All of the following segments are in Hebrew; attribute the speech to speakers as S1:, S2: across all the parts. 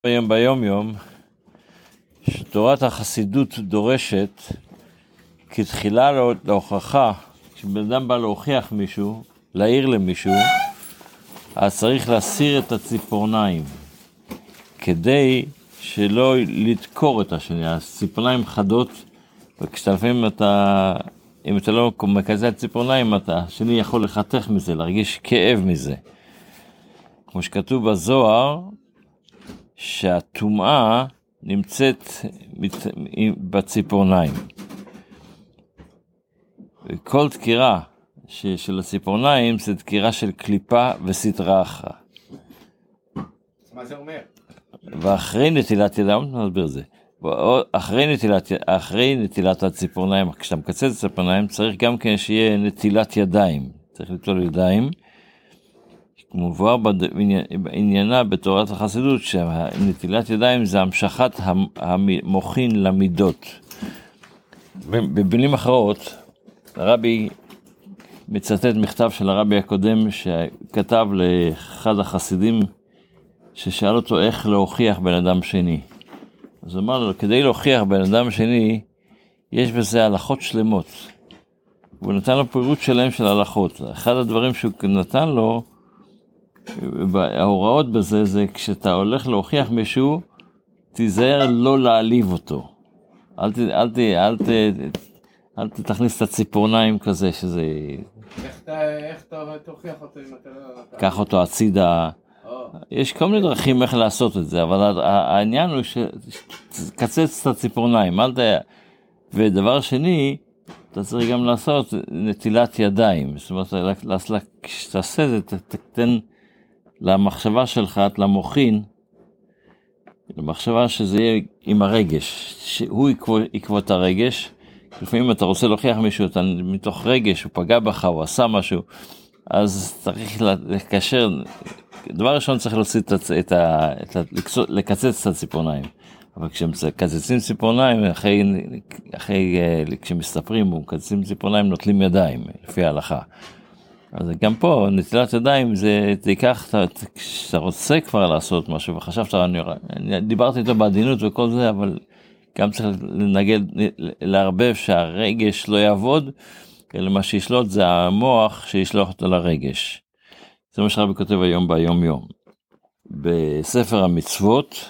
S1: ביום יום, שתורת החסידות דורשת כתחילה להוכחה, כשבן אדם בא להוכיח מישהו, להעיר למישהו, אז צריך להסיר את הציפורניים, כדי שלא לדקור את השני. הציפורניים חדות, וכשלפעמים אם אתה לא מקזז את הציפורניים, השני יכול לחתך מזה, להרגיש כאב מזה. כמו שכתוב בזוהר, שהטומאה נמצאת בציפורניים. וכל דקירה של הציפורניים זה דקירה של קליפה וסטרה אחרא.
S2: מה זה אומר?
S1: ואחרי נטילת ידיים, נסביר את זה. אחרי נטילת הציפורניים, כשאתה מקצץ את הציפורניים, צריך גם כן שיהיה נטילת ידיים. צריך ליטול ידיים. מבואר בעניינה בתורת החסידות, שנטילת ידיים זה המשכת המוחין למידות. במילים אחרות, הרבי מצטט מכתב של הרבי הקודם שכתב לאחד החסידים, ששאל אותו איך להוכיח בן אדם שני. אז הוא אמר לו, כדי להוכיח בן אדם שני, יש בזה הלכות שלמות. הוא נתן לו פירוט שלם של הלכות. אחד הדברים שהוא נתן לו, ההוראות בזה זה כשאתה הולך להוכיח מישהו, תיזהר לא להעליב אותו. אל תכניס את הציפורניים כזה שזה...
S2: איך אתה תוכיח אותו אם אתה לא...
S1: קח אותו הצידה. יש כל מיני דרכים איך לעשות את זה, אבל העניין הוא שתקצץ את הציפורניים. ודבר שני, אתה צריך גם לעשות נטילת ידיים. זאת אומרת, כשתעשה את זה, תתן למחשבה שלך, למוחין, למחשבה שזה יהיה עם הרגש, שהוא יקבוע את הרגש. לפעמים אתה רוצה להוכיח מישהו, אתה מתוך רגש, הוא פגע בך, הוא עשה משהו, אז צריך לקשר, דבר ראשון צריך להוציא לקצץ את הציפורניים. אבל כשמקצצים ציפורניים, כשמסתפרים ומקצצים ציפורניים, נוטלים ידיים, לפי ההלכה. אז גם פה, נטילת ידיים, זה ייקח, כשאתה רוצה כבר לעשות משהו, וחשבת, דיברתי איתו בעדינות וכל זה, אבל גם צריך לנגד, להרבב שהרגש לא יעבוד, אלא מה שישלוט זה המוח שישלוח אותו לרגש. זה מה שרבי כותב היום ביום יום. בספר המצוות,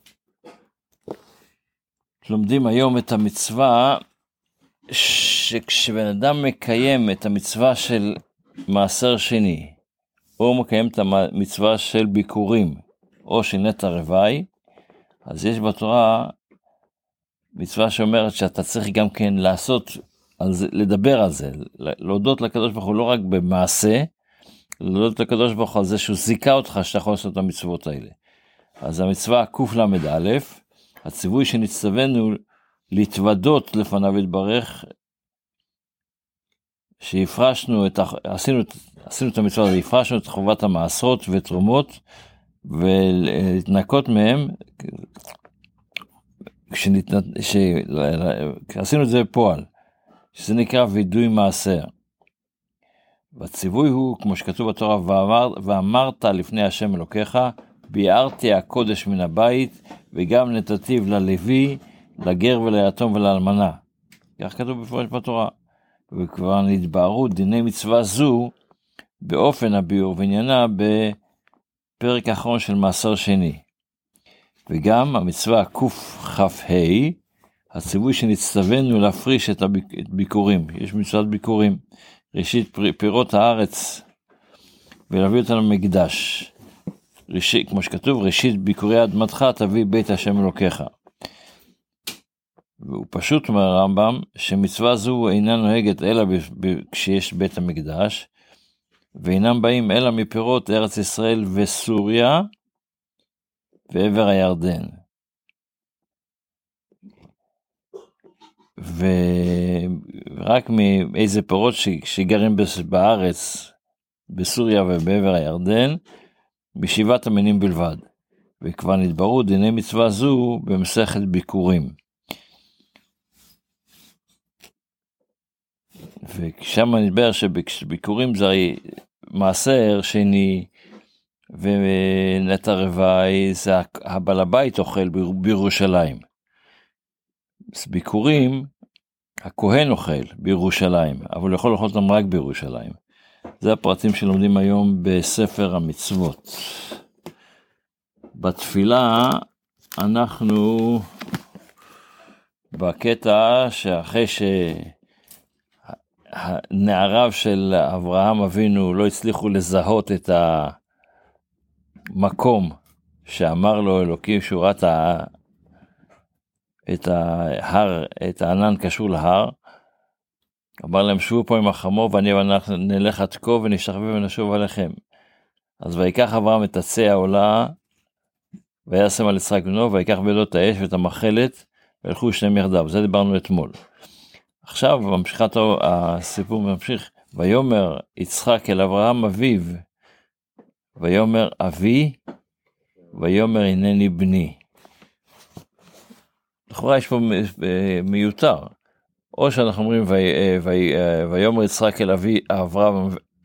S1: לומדים היום את המצווה, שכשבן אדם מקיים את המצווה של מעשר שני, או מקיים את המצווה של ביקורים, או של נטע רווי, אז יש בתורה מצווה שאומרת שאתה צריך גם כן לעשות, לדבר על זה, להודות לקדוש ברוך הוא לא רק במעשה, להודות לקדוש ברוך הוא על זה שהוא זיכה אותך שאתה יכול לעשות את המצוות האלה. אז המצווה קל"א, הציווי שנצטווינו להתוודות לפניו יתברך, שהפרשנו עשינו את המצווה הזאת, הפרשנו את חובת המעשרות ותרומות, ולהתנקות מהם, עשינו את זה בפועל, שזה נקרא וידוי מעשר. והציווי הוא, כמו שכתוב בתורה, ואמרת לפני השם אלוקיך, ביארתי הקודש מן הבית, וגם נתתיו ללוי, לגר וליתום ולאלמנה. כך כתוב בפורש בתורה. וכבר נתבהרו דיני מצווה זו, באופן הביאור ועניינה, בפרק האחרון של מעשר שני. וגם המצווה קכ"ה, הציווי שנצטווינו להפריש את הביקורים. יש מצוות ביקורים. ראשית פירות הארץ, ולהביא אותנו למקדש. כמו שכתוב, ראשית ביקורי אדמתך תביא בית השם אלוקיך. והוא פשוט אומר הרמב"ם, שמצווה זו אינה נוהגת אלא כשיש בית המקדש, ואינם באים אלא מפירות ארץ ישראל וסוריה, ועבר הירדן. ורק מאיזה פירות שגרים בארץ, בסוריה ובעבר הירדן, בשבעת המינים בלבד. וכבר נתבהרו דיני מצווה זו במסכת ביקורים. ושם נתבהר שביקורים זה מעשר שני, ונטע רבעי זה הבעל הבית אוכל בירושלים. ביקורים, הכהן אוכל בירושלים, אבל הוא יכול לאכול אותם רק בירושלים. זה הפרטים שלומדים היום בספר המצוות. בתפילה אנחנו בקטע שאחרי שהנעריו של אברהם אבינו לא הצליחו לזהות את המקום שאמר לו אלוקים שהוא ראה את ההר, את הענן קשור להר, אמר להם שבו פה עם החמור ואני ואנחנו נלך עד כה ונשתחווה ונשוב עליכם. אז ויקח אברהם את עצי העולה וישם על יצחק בנו ויקח בידו את האש ואת המחלת והלכו שניהם יחדיו. זה דיברנו אתמול. עכשיו ממשיכת הסיפור ממשיך. ויאמר יצחק אל אברהם אביו ויאמר אבי ויאמר הנני בני. לכאורה יש פה מיותר. או שאנחנו אומרים ויאמר יצחק אל אברהם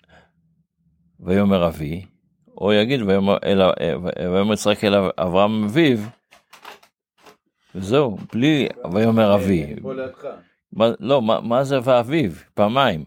S1: ויאמר אבי, או יגיד ויאמר יצחק אל אברהם אביו, וזהו, בלי ויאמר אבי. לא, מה זה ואביו? פעמיים.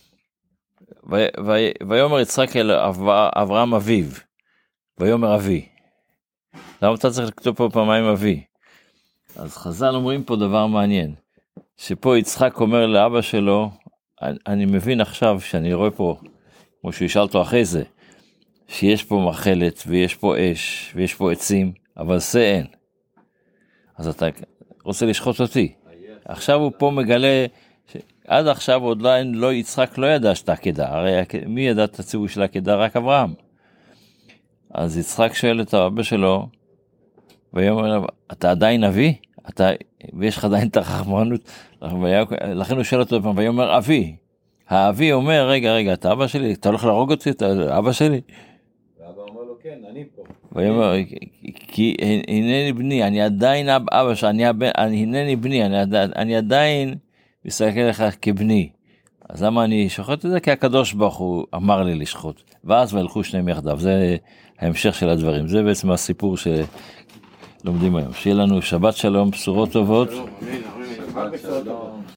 S1: ויאמר יצחק אל אברהם אביו, ויאמר אבי. למה אתה צריך לכתוב פה פעמיים אבי? אז חז"ל אומרים פה דבר מעניין. שפה יצחק אומר לאבא שלו, אני מבין עכשיו שאני רואה פה, כמו שהוא ישאל אותו אחרי זה, שיש פה מחלת ויש פה אש ויש פה עצים, אבל זה אין. אז אתה רוצה לשחוט אותי. עכשיו הוא פה מגלה, עד עכשיו עוד לא יצחק לא ידע שאתה עקדה, הרי מי ידע את הציווי של העקדה? רק אברהם. אז יצחק שואל את האבא שלו, ויאמר אליו, אתה עדיין אבי? ויש לך עדיין את החכמנות, לכן הוא שואל אותו, ויאמר אבי. האבי אומר, רגע, אתה אבא שלי, אתה הולך להרוג אותי, אתה אבא שלי?
S3: ואבא אומר לו, כן, אני פה.
S1: ויאמר, כי הנני בני, אני עדיין אבא שלי, הנני בני, אני עדיין מסתכל לך כבני. אז למה אני שוחט את זה? כי הקדוש ברוך הוא אמר לי לשחוט. ואז והלכו שניהם יחדיו, זה ההמשך של הדברים, זה בעצם הסיפור לומדים היום. שיהיה לנו שבת שלום, בשורות טובות.
S2: שלום, אמן, אמן.